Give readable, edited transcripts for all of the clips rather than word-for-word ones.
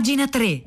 Pagina 3.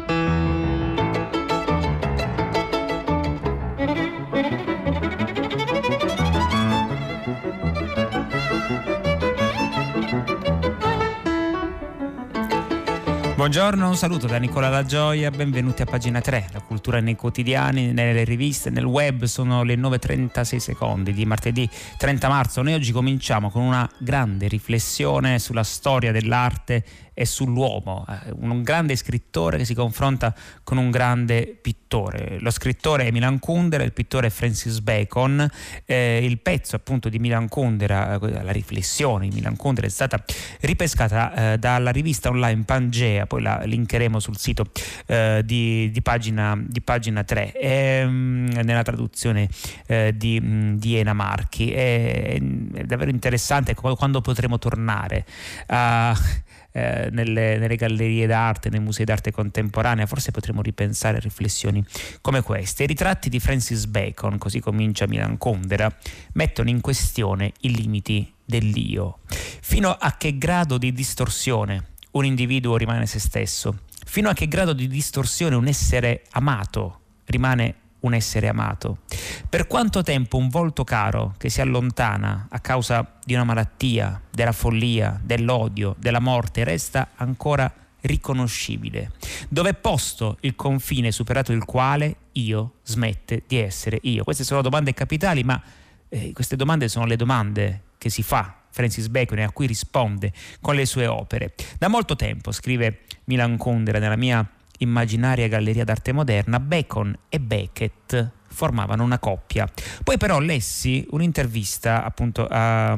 Buongiorno, un saluto da Nicola La Gioia, benvenuti a Pagina 3, la cultura nei quotidiani, nelle riviste, nel web. Sono le 9:36 di martedì 30 marzo. Noi oggi cominciamo con una grande riflessione sulla storia dell'arte e sull'uomo, un grande scrittore che si confronta con un grande pittore. Lo scrittore è Milan Kundera, il pittore è Francis Bacon. Il pezzo appunto di Milan Kundera, la riflessione di Milan Kundera è stata ripescata dalla rivista online Pangea, poi la linkeremo sul sito di pagina 3, nella traduzione di Ena Marchi. È davvero interessante quando potremo tornare nelle gallerie d'arte, nei musei d'arte contemporanea. Forse potremo ripensare a riflessioni come queste. I ritratti di Francis Bacon, così comincia Milan Kundera, mettono in questione i limiti dell'io. Fino a che grado di distorsione un individuo rimane se stesso? Fino a che grado di distorsione un essere amato rimane un essere amato? Per quanto tempo un volto caro che si allontana a causa di una malattia, della follia, dell'odio, della morte resta ancora riconoscibile? Dove è posto il confine superato il quale io smette di essere io? Queste sono domande capitali, ma queste domande sono le domande che si fa Francis Bacon e a cui risponde con le sue opere. Da molto tempo, scrive Milan Kundera nella mia immaginaria galleria d'arte moderna, Bacon e Beckett formavano una coppia. Poi però lessi un'intervista appunto a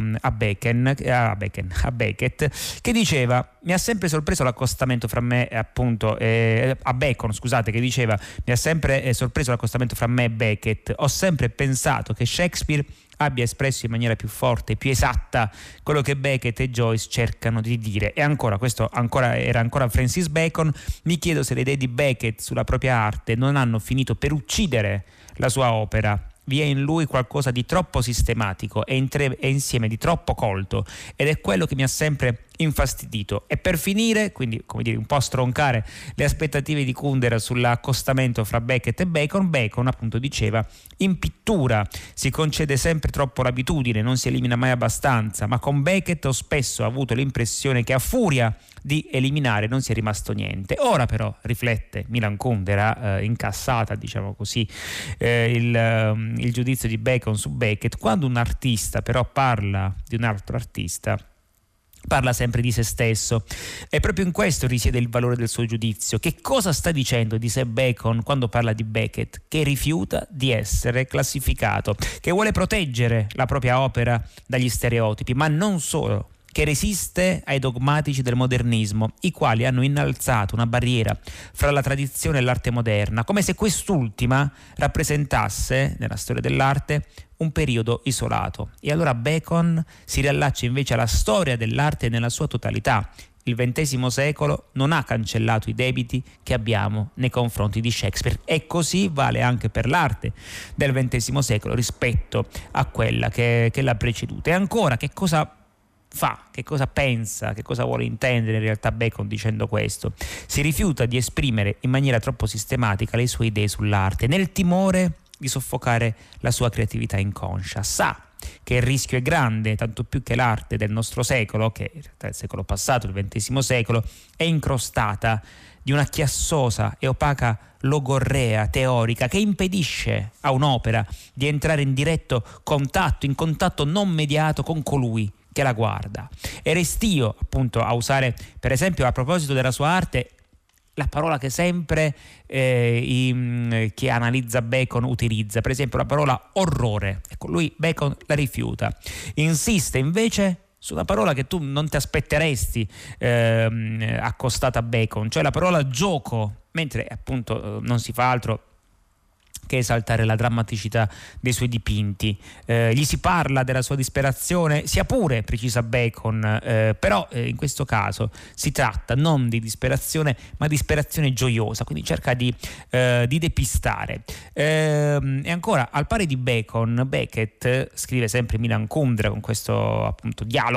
Beckett, che diceva: mi ha sempre sorpreso l'accostamento fra me appunto a Bacon, scusate, che diceva: mi ha sempre sorpreso l'accostamento fra me e Beckett. Ho sempre pensato che Shakespeare abbia espresso in maniera più forte, più esatta quello che Beckett e Joyce cercano di dire. E ancora, questo era ancora Francis Bacon: mi chiedo se le idee di Beckett sulla propria arte non hanno finito per uccidere la sua opera. Vi è in lui qualcosa di troppo sistematico e insieme di troppo colto, ed è quello che mi ha sempre infastidito. E per finire, quindi come dire un po' stroncare le aspettative di Kundera sull'accostamento fra Beckett e Bacon appunto diceva: in pittura si concede sempre troppo l'abitudine, non si elimina mai abbastanza, ma con Beckett ho spesso avuto l'impressione che a furia di eliminare non sia rimasto niente. Ora però, riflette Milan Kundera, incassata diciamo così il giudizio di Bacon su Beckett, quando un artista però parla di un altro artista parla sempre di se stesso, e proprio in questo risiede il valore del suo giudizio. Che cosa sta dicendo di sé Bacon quando parla di Beckett? Che rifiuta di essere classificato, che vuole proteggere la propria opera dagli stereotipi, ma non solo, che resiste ai dogmatici del modernismo, i quali hanno innalzato una barriera fra la tradizione e l'arte moderna, come se quest'ultima rappresentasse, nella storia dell'arte, un periodo isolato. E allora Bacon si riallaccia invece alla storia dell'arte nella sua totalità. Il XX secolo non ha cancellato i debiti che abbiamo nei confronti di Shakespeare, e così vale anche per l'arte del XX secolo rispetto a quella che l'ha preceduta. E ancora, che cosa fa, che cosa pensa, che cosa vuole intendere in realtà Bacon dicendo questo? Si rifiuta di esprimere in maniera troppo sistematica le sue idee sull'arte, nel timore di soffocare la sua creatività inconscia. Sa che il rischio è grande, tanto più che l'arte del nostro secolo, che in realtà è il secolo passato, il XX secolo, è incrostata di una chiassosa e opaca logorrea teorica che impedisce a un'opera di entrare in diretto contatto, in contatto non mediato con colui che la guarda. E restio appunto a usare, per esempio, a proposito della sua arte, la parola che sempre chi analizza Bacon utilizza, per esempio la parola orrore. Ecco, lui Bacon la rifiuta, insiste invece su una parola che tu non ti aspetteresti accostata a Bacon, cioè la parola gioco, mentre appunto non si fa altro che esaltare la drammaticità dei suoi dipinti. Gli si parla della sua disperazione, sia pure, precisa Bacon, però in questo caso si tratta non di disperazione ma di disperazione gioiosa, quindi cerca di depistare. E ancora, al pari di Bacon, Beckett, scrive sempre Milan Kundera con questo appunto dialogo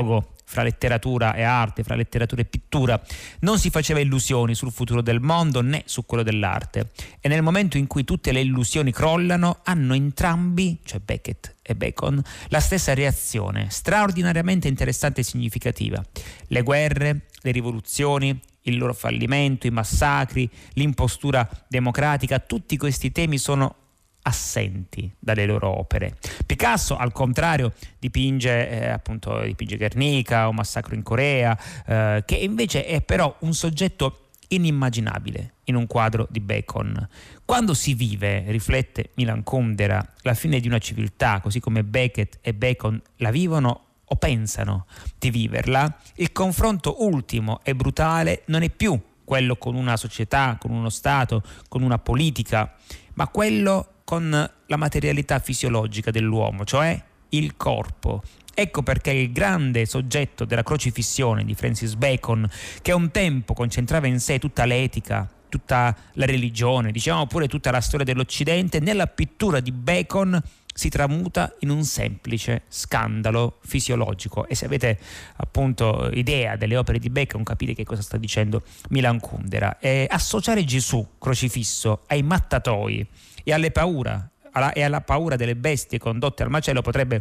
fra letteratura e arte, fra letteratura e pittura, non si faceva illusioni sul futuro del mondo né su quello dell'arte, e nel momento in cui tutte le illusioni crollano hanno entrambi, cioè Beckett e Bacon, la stessa reazione straordinariamente interessante e significativa: le guerre, le rivoluzioni, il loro fallimento, i massacri, l'impostura democratica, tutti questi temi sono assenti dalle loro opere. Picasso, al contrario, dipinge Guernica, un massacro in Corea, che invece è però un soggetto inimmaginabile in un quadro di Bacon. Quando si vive, riflette Milan Kundera, la fine di una civiltà, così come Beckett e Bacon la vivono o pensano di viverla, il confronto ultimo e brutale non è più quello con una società, con uno Stato, con una politica, ma quello con la materialità fisiologica dell'uomo, cioè il corpo. Ecco perché il grande soggetto della crocifissione di Francis Bacon, che un tempo concentrava in sé tutta l'etica, tutta la religione, diciamo pure tutta la storia dell'Occidente, nella pittura di Bacon si tramuta in un semplice scandalo fisiologico. E se avete appunto idea delle opere di Bacon, capite che cosa sta dicendo Milan Kundera. Associare Gesù crocifisso ai mattatoi e alla paura delle bestie condotte al macello potrebbe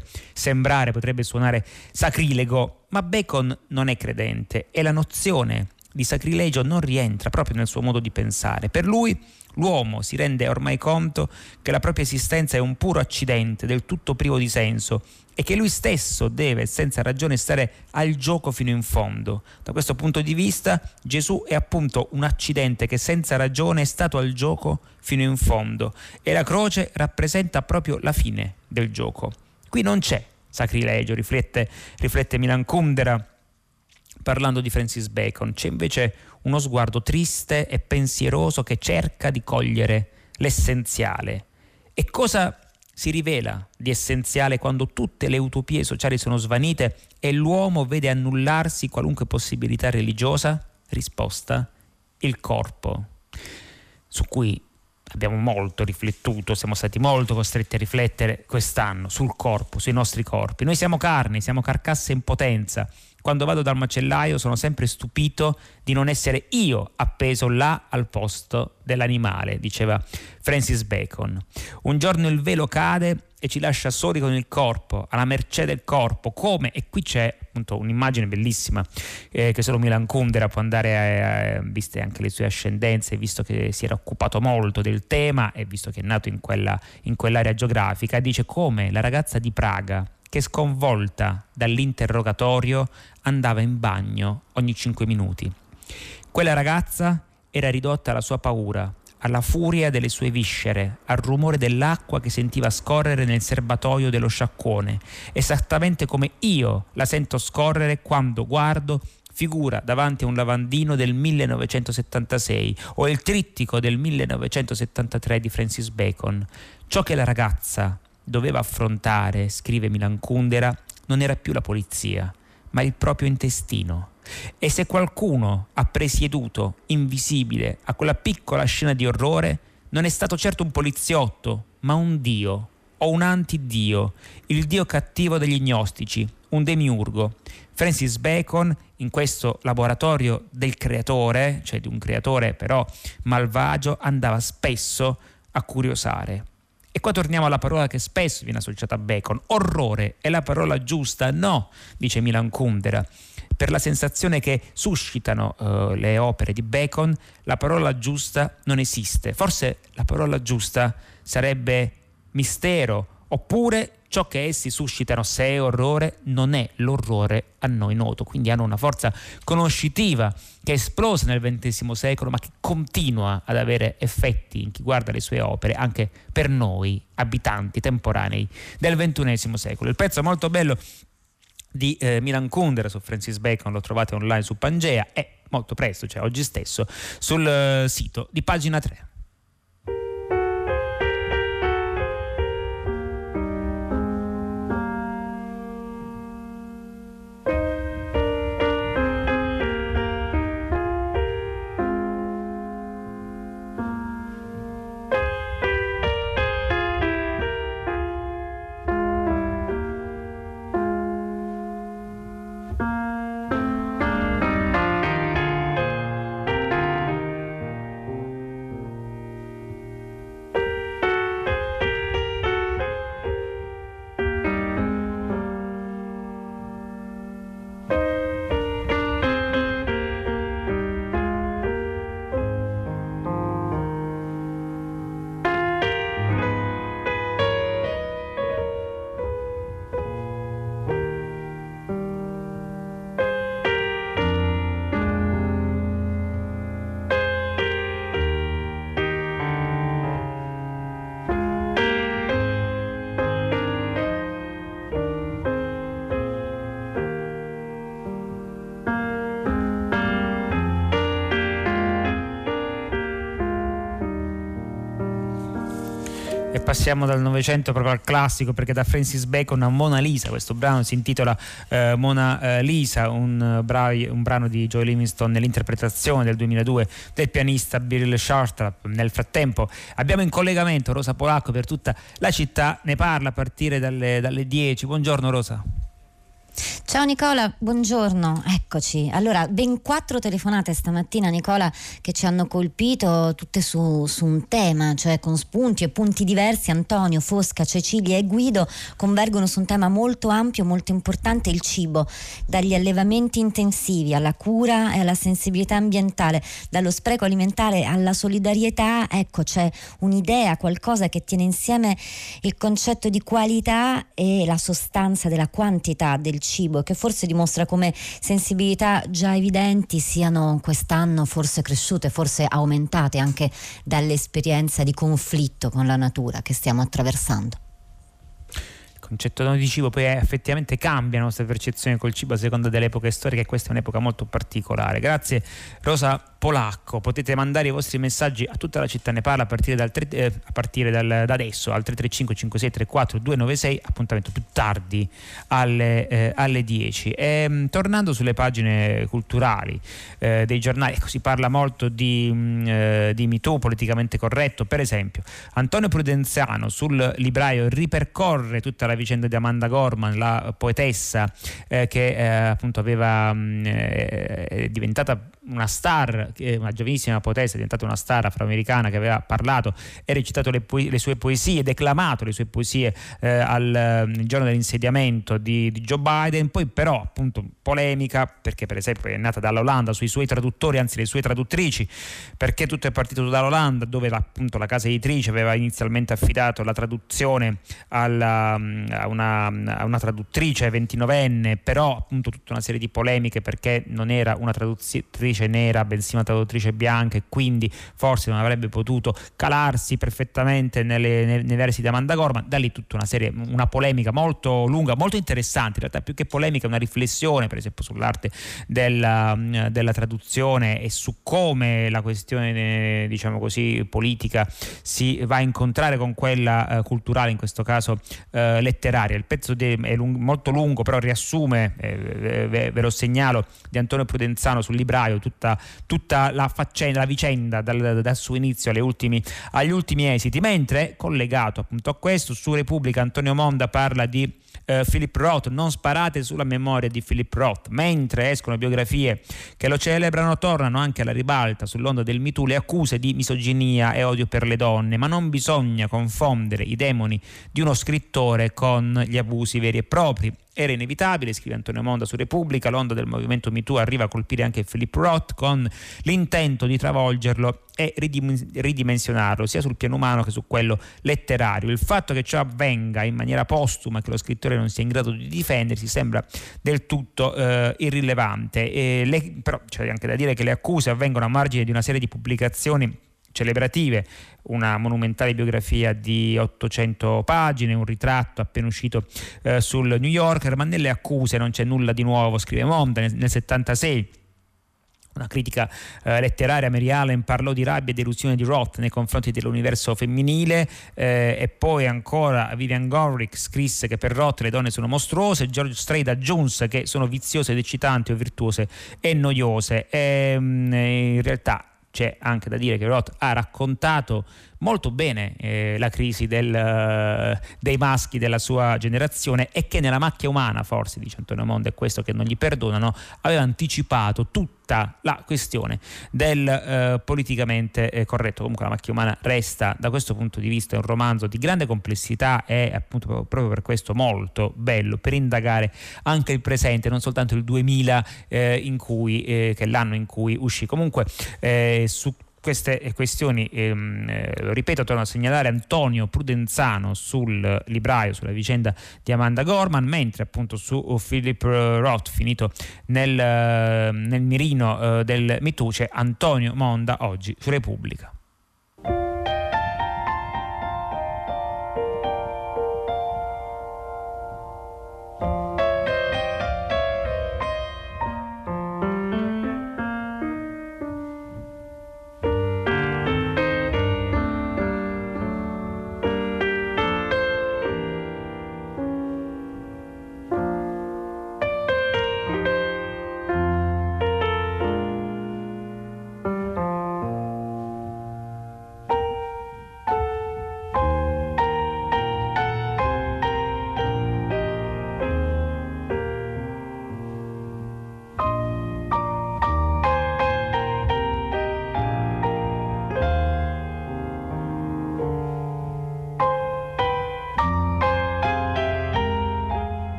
suonare sacrilego, ma Bacon non è credente e la nozione di sacrilegio non rientra proprio nel suo modo di pensare. Per lui l'uomo si rende ormai conto che la propria esistenza è un puro accidente, del tutto privo di senso, e che lui stesso deve, senza ragione, stare al gioco fino in fondo. Da questo punto di vista Gesù è appunto un accidente che senza ragione è stato al gioco fino in fondo, e la croce rappresenta proprio la fine del gioco. Qui non c'è sacrilegio, riflette Milan Kundera parlando di Francis Bacon, c'è invece uno sguardo triste e pensieroso che cerca di cogliere l'essenziale. E cosa si rivela di essenziale quando tutte le utopie sociali sono svanite e l'uomo vede annullarsi qualunque possibilità religiosa? Risposta: il corpo, su cui abbiamo molto riflettuto, siamo stati molto costretti a riflettere quest'anno sul corpo, sui nostri corpi. Noi siamo carne, siamo carcasse in potenza. Quando vado dal macellaio sono sempre stupito di non essere io appeso là al posto dell'animale, diceva Francis Bacon. Un giorno il velo cade e ci lascia soli con il corpo, alla mercé del corpo, come, e qui c'è appunto un'immagine bellissima che solo Milan Kundera può andare viste anche le sue ascendenze, visto che si era occupato molto del tema e visto che è nato in quell'area geografica, dice come la ragazza di Praga, che sconvolta dall'interrogatorio andava in bagno ogni 5 minuti. Quella ragazza era ridotta alla sua paura, alla furia delle sue viscere, al rumore dell'acqua che sentiva scorrere nel serbatoio dello sciacquone, esattamente come io la sento scorrere quando guardo figura davanti a un lavandino del 1976 o il trittico del 1973 di Francis Bacon. Ciò che la ragazza doveva affrontare, scrive Milan Kundera, non era più la polizia, ma il proprio intestino. E se qualcuno ha presieduto, invisibile, a quella piccola scena di orrore, non è stato certo un poliziotto, ma un dio, o un antidio, il dio cattivo degli gnostici, un demiurgo. Francis Bacon, in questo laboratorio del creatore, cioè di un creatore però malvagio, andava spesso a curiosare. E qua torniamo alla parola che spesso viene associata a Bacon. Orrore è la parola giusta? No, dice Milan Kundera. Per la sensazione che suscitano le opere di Bacon, la parola giusta non esiste. Forse la parola giusta sarebbe mistero, oppure ciò che essi suscitano, se è orrore, non è l'orrore a noi noto. Quindi hanno una forza conoscitiva che è esplosa nel XX secolo, ma che continua ad avere effetti in chi guarda le sue opere, anche per noi abitanti temporanei del XXI secolo. Il pezzo è molto bello di Milan Kundera su Francis Bacon, lo trovate online su Pangea e molto presto, cioè oggi stesso, sul sito di Pagina 3. E passiamo dal Novecento proprio al classico, perché da Francis Bacon a Mona Lisa. Questo brano si intitola Mona Lisa, un brano di Joy Livingston nell'interpretazione del 2002 del pianista Beryl Shartrap. Nel frattempo abbiamo in collegamento Rosa Polacco per tutta la città ne parla a partire dalle 10. Buongiorno Rosa. Ciao Nicola, buongiorno, eccoci. Allora, ben 4 telefonate stamattina, Nicola, che ci hanno colpito, tutte su un tema, cioè con spunti e punti diversi. Antonio, Fosca, Cecilia e Guido convergono su un tema molto ampio, molto importante: il cibo. Dagli allevamenti intensivi alla cura e alla sensibilità ambientale, dallo spreco alimentare alla solidarietà, ecco, c'è un'idea, qualcosa che tiene insieme il concetto di qualità e la sostanza della quantità del cibo, che forse dimostra come sensibilità già evidenti siano quest'anno forse cresciute, forse aumentate anche dall'esperienza di conflitto con la natura che stiamo attraversando. Il concetto di cibo poi effettivamente cambia la nostra percezione col cibo a seconda delle epoche storiche, e questa è un'epoca molto particolare. Grazie Rosa Polacco. Potete mandare i vostri messaggi a tutta la città ne parla a partire da adesso al 335 5634 296, appuntamento più tardi alle 10. Tornando sulle pagine culturali dei giornali, si parla molto di Me Too, politicamente corretto. Per esempio Antonio Prudenziano sul Libraio ripercorre tutta la vicenda di Amanda Gorman, la poetessa che appunto è diventata una star, una giovanissima poetessa, è diventata una star afroamericana, che aveva parlato e recitato le sue poesie, declamato le sue poesie il giorno dell'insediamento di Joe Biden. Poi però appunto polemica, perché per esempio è nata dall'Olanda, sui suoi traduttori, anzi le sue traduttrici, perché tutto è partito dall'Olanda, dove appunto la casa editrice aveva inizialmente affidato la traduzione a una traduttrice 29enne, però appunto tutta una serie di polemiche, perché non era una traduttrice nera bensì una traduttrice bianca, e quindi forse non avrebbe potuto calarsi perfettamente nei versi di Amanda Gorman. Da lì tutta una polemica molto lunga, molto interessante, in realtà più che polemica una riflessione per esempio sull'arte della traduzione e su come la questione diciamo così politica si va a incontrare con quella culturale, in questo caso letteraria. Il pezzo è molto lungo, però riassume, ve lo segnalo, di Antonio Prudenzano sul Libraio tutta la vicenda dal suo inizio agli ultimi esiti. Mentre collegato appunto a questo, su Repubblica Antonio Monda parla di Philip Roth, non sparate sulla memoria di Philip Roth. Mentre escono biografie che lo celebrano, tornano anche alla ribalta sull'onda del Me Too le accuse di misoginia e odio per le donne, ma non bisogna confondere i demoni di uno scrittore con gli abusi veri e propri. Era inevitabile, scrive Antonio Monda su Repubblica, l'onda del movimento Me Too arriva a colpire anche Philip Roth con l'intento di travolgerlo e ridimensionarlo sia sul piano umano che su quello letterario. Il fatto che ciò avvenga in maniera postuma, che lo scrittore non sia in grado di difendersi, sembra del tutto irrilevante. Però c'è anche da dire che le accuse avvengono a margine di una serie di pubblicazioni celebrative, una monumentale biografia di 800 pagine, un ritratto appena uscito sul New Yorker, ma nelle accuse non c'è nulla di nuovo, scrive Monda. Nel 76 una critica letteraria, Mary Allen, parlò di rabbia e delusione di Roth nei confronti dell'universo femminile, e poi ancora Vivian Gornick scrisse che per Roth le donne sono mostruose, George Strait aggiunse che sono viziose ed eccitanti o virtuose e noiose. In realtà c'è anche da dire che Roth ha raccontato molto bene la crisi dei maschi della sua generazione, e che nella macchia umana, forse dice Antonio Monda, è questo che non gli perdonano, aveva anticipato tutta la questione del politicamente corretto. Comunque La macchia umana resta da questo punto di vista un romanzo di grande complessità e appunto proprio per questo molto bello, per indagare anche il presente, non soltanto il 2000 che è l'anno in cui uscì. Comunque su queste questioni, lo ripeto, torno a segnalare Antonio Prudenzano sul Libraio, sulla vicenda di Amanda Gorman, mentre appunto su Philip Roth, finito nel mirino del Me Too, c'è Antonio Monda oggi su Repubblica.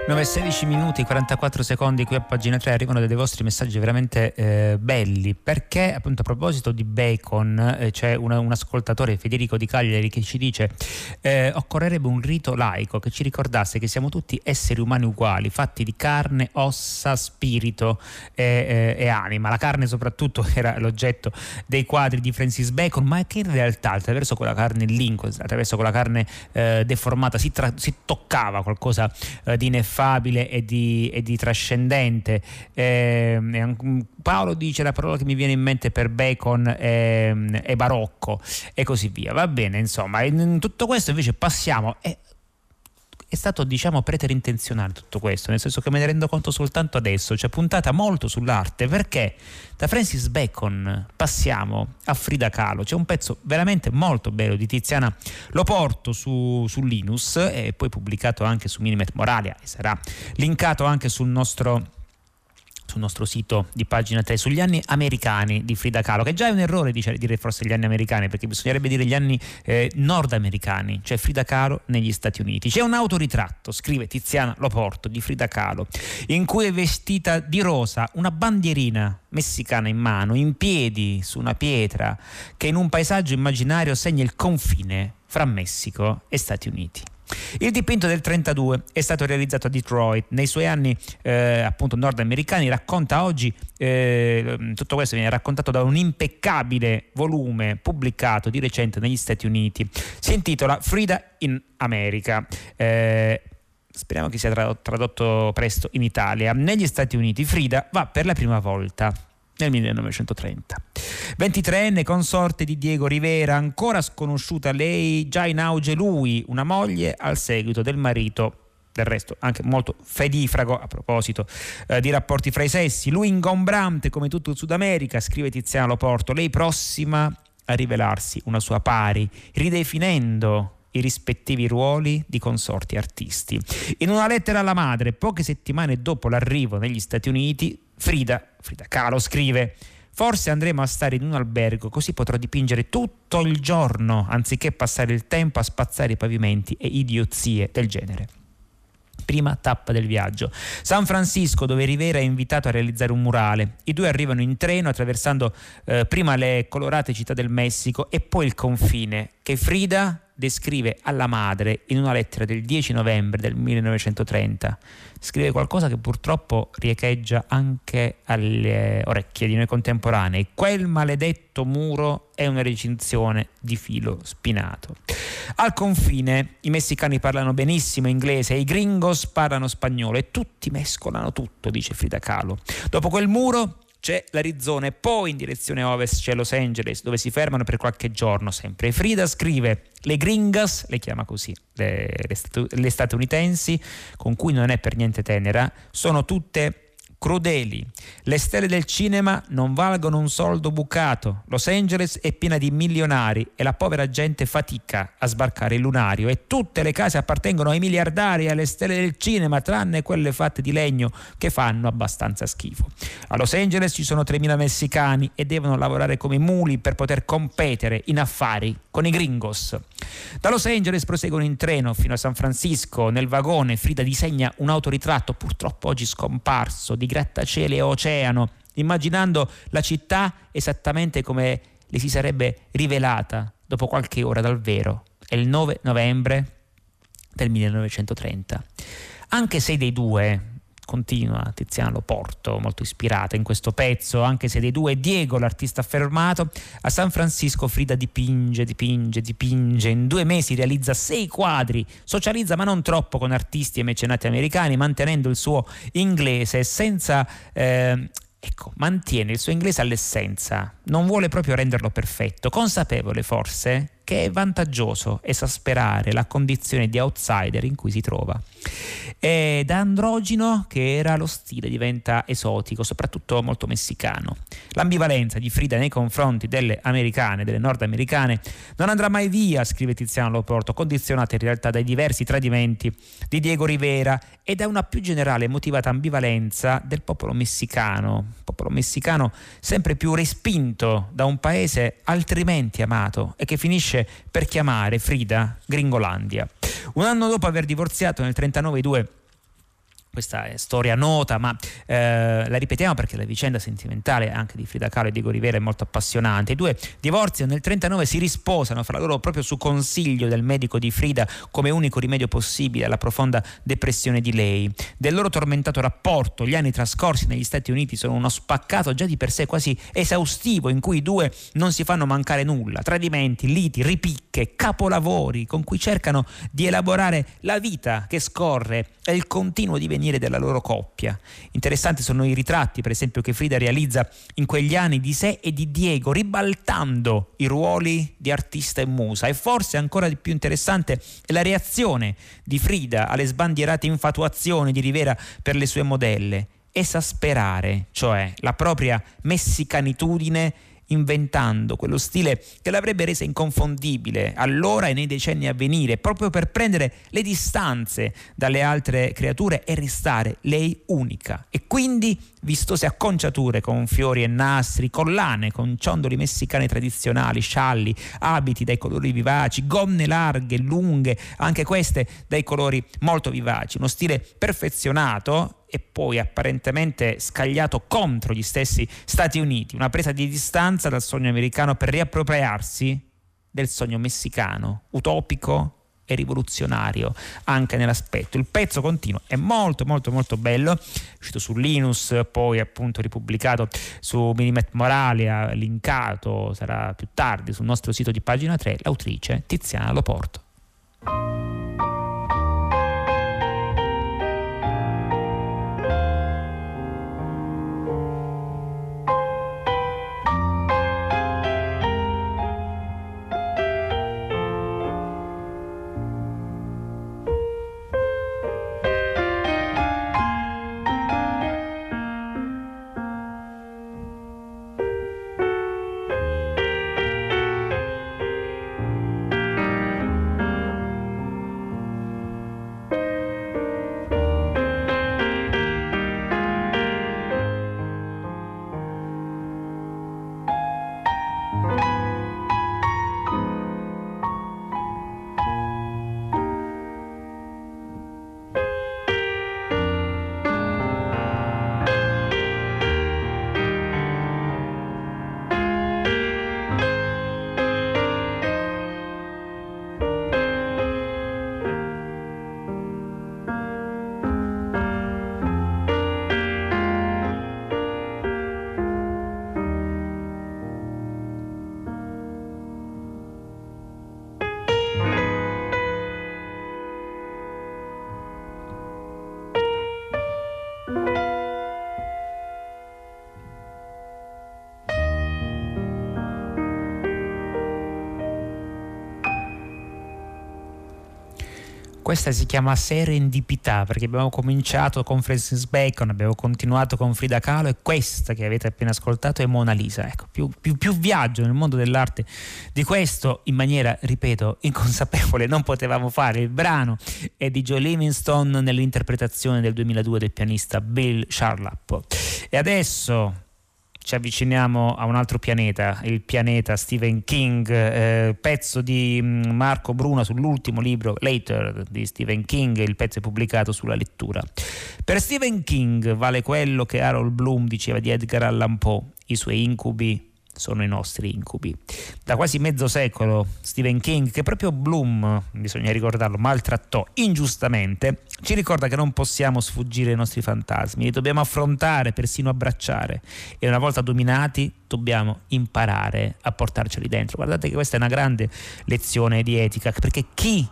9:16 minuti 44 secondi qui a Pagina 3. Arrivano dei vostri messaggi veramente belli, perché appunto a proposito di bacon c'è un ascoltatore, Federico di Cagliari, che ci dice occorrerebbe un rito laico che ci ricordasse che siamo tutti esseri umani uguali, fatti di carne, ossa, spirito e anima. La carne soprattutto era l'oggetto dei quadri di Francis Bacon, ma che in realtà attraverso quella carne lì, attraverso quella carne deformata si toccava qualcosa di ineffabile e di trascendente. Paolo dice: la parola che mi viene in mente per Bacon è barocco, e così via. Va bene, insomma, in tutto questo invece passiamo. È stato, diciamo, preterintenzionale tutto questo, nel senso che me ne rendo conto soltanto adesso. C'è puntata molto sull'arte, perché da Francis Bacon passiamo a Frida Kahlo. C'è un pezzo veramente molto bello di Tiziana Loporto su Linus, e poi pubblicato anche su Minimet Moralia, e sarà linkato anche sul nostro sito di Pagina 3, sugli anni americani di Frida Kahlo, che già è un errore dire forse gli anni americani, perché bisognerebbe dire gli anni nordamericani, cioè Frida Kahlo negli Stati Uniti. C'è un autoritratto, scrive Tiziana Loporto, di Frida Kahlo, in cui è vestita di rosa, una bandierina messicana in mano, in piedi su una pietra che in un paesaggio immaginario segna il confine fra Messico e Stati Uniti. Il dipinto del 32 è stato realizzato a Detroit. Nei suoi anni appunto nordamericani racconta oggi tutto questo viene raccontato da un impeccabile volume pubblicato di recente negli Stati Uniti. Si intitola Frida in America. Speriamo che sia tradotto presto in Italia. Negli Stati Uniti Frida va per la prima volta nel 1930. 23enne, consorte di Diego Rivera, ancora sconosciuta lei, già in auge lui, una moglie al seguito del marito, del resto anche molto fedifrago a proposito di rapporti fra i sessi. Lui ingombrante come tutto il Sud America, scrive Tiziana Loporto, lei prossima a rivelarsi una sua pari, ridefinendo i rispettivi ruoli di consorti artisti. In una lettera alla madre, poche settimane dopo l'arrivo negli Stati Uniti, Frida Kahlo scrive: forse andremo a stare in un albergo, così potrò dipingere tutto il giorno anziché passare il tempo a spazzare i pavimenti e idiozie del genere. Prima tappa del viaggio: San Francisco, dove Rivera è invitato a realizzare un murale. I due arrivano in treno attraversando prima le colorate città del Messico e poi il confine, che Frida descrive alla madre in una lettera del 10 novembre del 1930. Scrive qualcosa che purtroppo riecheggia anche alle orecchie di noi contemporanei. Quel maledetto muro è una recinzione di filo spinato. Al confine i messicani parlano benissimo inglese e i gringos parlano spagnolo, e tutti mescolano tutto, dice Frida Kahlo. Dopo quel muro c'è l'Arizona e poi in direzione ovest c'è Los Angeles, dove si fermano per qualche giorno sempre. E Frida scrive: le gringas, le chiama così, le statunitensi, con cui non è per niente tenera, sono tutte crudeli. Le stelle del cinema non valgono un soldo bucato. Los Angeles è piena di milionari e la povera gente fatica a sbarcare il lunario, e tutte le case appartengono ai miliardari e alle stelle del cinema, tranne quelle fatte di legno che fanno abbastanza schifo. A Los Angeles ci sono 3.000 messicani e devono lavorare come muli per poter competere in affari con i gringos. Da Los Angeles proseguono in treno fino a San Francisco. Nel vagone Frida disegna un autoritratto, purtroppo oggi scomparso, di grattacieli e oceano, immaginando la città esattamente come le si sarebbe rivelata dopo qualche ora dal vero. È il 9 novembre del 1930. Anche se dei due, continua Tiziana Loporto, molto ispirata in questo pezzo, anche se dei due Diego, l'artista affermato, a San Francisco Frida dipinge. In 2 mesi realizza 6 quadri, socializza ma non troppo con artisti e mecenati americani, mantenendo il suo inglese senza... mantiene il suo inglese all'essenza, non vuole proprio renderlo perfetto, consapevole forse che è vantaggioso esasperare la condizione di outsider in cui si trova. E da androgino, che era lo stile, diventa esotico, soprattutto molto messicano. L'ambivalenza di Frida nei confronti delle nordamericane, non andrà mai via, scrive Tiziana Loporto, condizionata in realtà dai diversi tradimenti di Diego Rivera e da una più generale e motivata ambivalenza del popolo messicano sempre più respinto da un paese altrimenti amato e che finisce per chiamare Frida Gringolandia. Un anno dopo aver divorziato nel 1939 i due questa è storia nota, ma la ripetiamo perché la vicenda sentimentale anche di Frida Kahlo e Diego Rivera è molto appassionante. I due divorziano nel 1939, si risposano fra loro proprio su consiglio del medico di Frida come unico rimedio possibile alla profonda depressione di lei. Del loro tormentato rapporto gli anni trascorsi negli Stati Uniti sono uno spaccato già di per sé quasi esaustivo, in cui i due non si fanno mancare nulla: tradimenti, liti, ripicche, capolavori con cui cercano di elaborare la vita che scorre e il continuo divenire della loro coppia. Interessanti sono i ritratti, per esempio, che Frida realizza in quegli anni di sé e di Diego, ribaltando i ruoli di artista e musa. E forse ancora di più interessante è la reazione di Frida alle sbandierate infatuazioni di Rivera per le sue modelle. Esasperare, cioè, la propria messicanitudine, inventando quello stile che l'avrebbe resa inconfondibile allora e nei decenni a venire, proprio per prendere le distanze dalle altre creature e restare lei unica. E quindi vistose acconciature con fiori e nastri, collane con ciondoli messicane tradizionali, scialli, abiti dai colori vivaci, gonne larghe, lunghe, anche queste dai colori molto vivaci, uno stile perfezionato e poi apparentemente scagliato contro gli stessi Stati Uniti, una presa di distanza dal sogno americano per riappropriarsi del sogno messicano, utopico e rivoluzionario anche nell'aspetto. Il pezzo continua, è molto molto molto bello, è uscito su Linus, poi appunto ripubblicato su Minimet Moralia, linkato, sarà più tardi sul nostro sito di Pagina 3, l'autrice Tiziana Loporto. Questa si chiama serendipità, perché abbiamo cominciato con Francis Bacon, abbiamo continuato con Frida Kahlo, e questa che avete appena ascoltato è Mona Lisa. Ecco, più viaggio nel mondo dell'arte di questo, in maniera, ripeto, inconsapevole, non potevamo fare. Il brano è di Joe Livingston nell'interpretazione del 2002 del pianista Bill Charlap. E adesso ci avviciniamo a un altro pianeta, il pianeta Stephen King, pezzo di Marco Bruna sull'ultimo libro Later di Stephen King. Il pezzo è pubblicato sulla Lettura. Per Stephen King vale quello che Harold Bloom diceva di Edgar Allan Poe: i suoi incubi sono i nostri incubi. Da quasi mezzo secolo Stephen King, che proprio Bloom, bisogna ricordarlo, maltrattò ingiustamente, ci ricorda che non possiamo sfuggire ai nostri fantasmi, li dobbiamo affrontare, persino abbracciare, e una volta dominati dobbiamo imparare a portarceli dentro. Guardate che questa è una grande lezione di etica, perché chi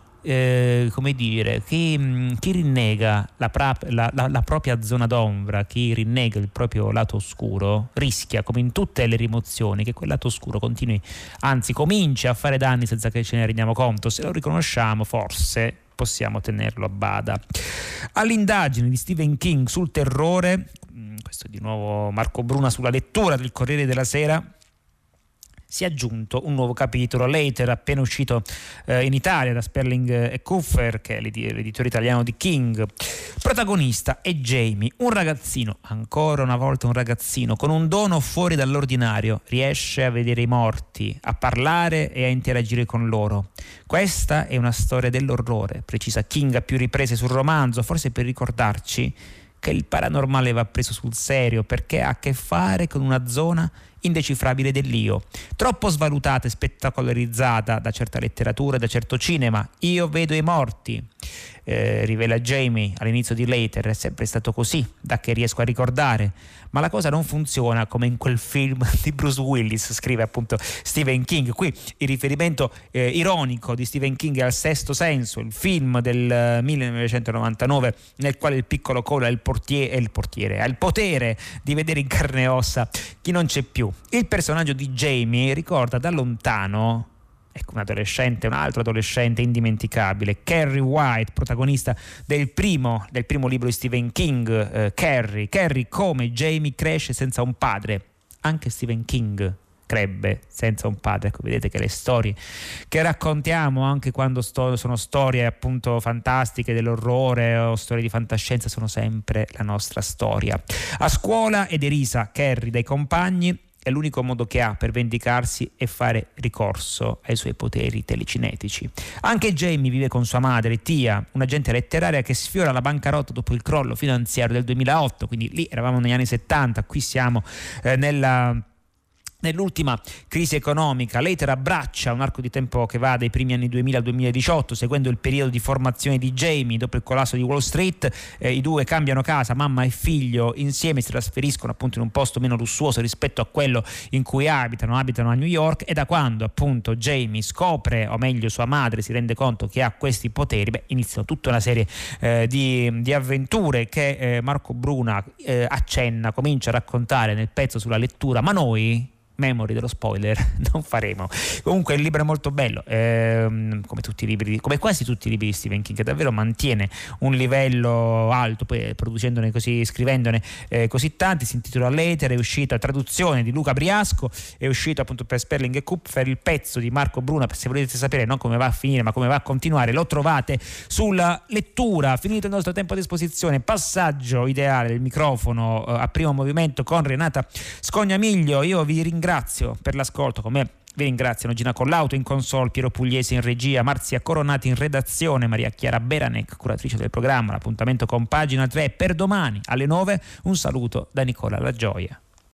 rinnega la propria zona d'ombra, chi rinnega il proprio lato oscuro, rischia, come in tutte le rimozioni, che quel lato oscuro continui, anzi cominci a fare danni senza che ce ne rendiamo conto. Se lo riconosciamo, forse possiamo tenerlo a bada. All'indagine di Stephen King sul terrore, questo è di nuovo Marco Bruna sulla Lettura del Corriere della Sera, si è aggiunto un nuovo capitolo. Later, appena uscito in Italia da Sperling e Kupfer, che è l'editore italiano di King. Protagonista è Jamie, un ragazzino, ancora una volta un ragazzino, con un dono fuori dall'ordinario. Riesce a vedere i morti, a parlare e a interagire con loro. Questa è una storia dell'orrore, precisa King a più riprese sul romanzo, forse per ricordarci che il paranormale va preso sul serio, perché ha a che fare con una zona indecifrabile dell'io, troppo svalutata e spettacolarizzata da certa letteratura e da certo cinema. Io vedo i morti, rivela Jamie all'inizio di Later, è sempre stato così, da che riesco a ricordare, ma la cosa non funziona come in quel film di Bruce Willis, scrive appunto Stephen King. Qui il riferimento ironico di Stephen King è al Sesto Senso, il film del 1999 nel quale il piccolo Cole ha il potere di vedere in carne e ossa chi non c'è più. Il personaggio di Jamie ricorda da lontano, ecco, un altro adolescente indimenticabile, Carrie White, protagonista del primo libro di Stephen King, Carrie, come Jamie cresce senza un padre. Anche Stephen King crebbe senza un padre. Ecco, vedete che le storie che raccontiamo, anche quando sono storie appunto fantastiche dell'orrore o storie di fantascienza, sono sempre la nostra storia. A scuola è derisa Carrie dai compagni, e l'unico modo che ha per vendicarsi è fare ricorso ai suoi poteri telecinetici. Anche Jamie vive con sua madre, Tia, un'agente letteraria che sfiora la bancarotta dopo il crollo finanziario del 2008, quindi lì eravamo negli anni 70, qui siamo nell'ultima crisi economica. Later abbraccia un arco di tempo che va dai primi anni 2000 al 2018, seguendo il periodo di formazione di Jamie. Dopo il collasso di Wall Street, i due cambiano casa, mamma e figlio insieme si trasferiscono appunto in un posto meno lussuoso rispetto a quello in cui abitano a New York, e da quando appunto Jamie scopre, o meglio sua madre si rende conto che ha questi poteri, iniziano tutta una serie di avventure che Marco Bruna comincia a raccontare nel pezzo sulla lettura, ma noi Memory dello spoiler non faremo. Comunque il libro è molto bello, come quasi tutti i libri di Stephen King, che davvero mantiene un livello alto, poi scrivendone così tanti. Si intitola Later, è uscita traduzione di Luca Briasco, è uscito appunto per Sperling e Kupfer. Il pezzo di Marco Bruna, se volete sapere non come va a finire ma come va a continuare, lo trovate sulla lettura. Finito il nostro tempo a disposizione, passaggio ideale del microfono a Primo Movimento con Renata Scognamiglio. Io vi ringrazio per l'ascolto, come vi ringraziano Gina Collauto in console, Piero Pugliese in regia, Marzia Coronati in redazione, Maria Chiara Beranec, curatrice del programma. L'appuntamento con Pagina 3 per domani alle 9. Un saluto da Nicola La Gioia.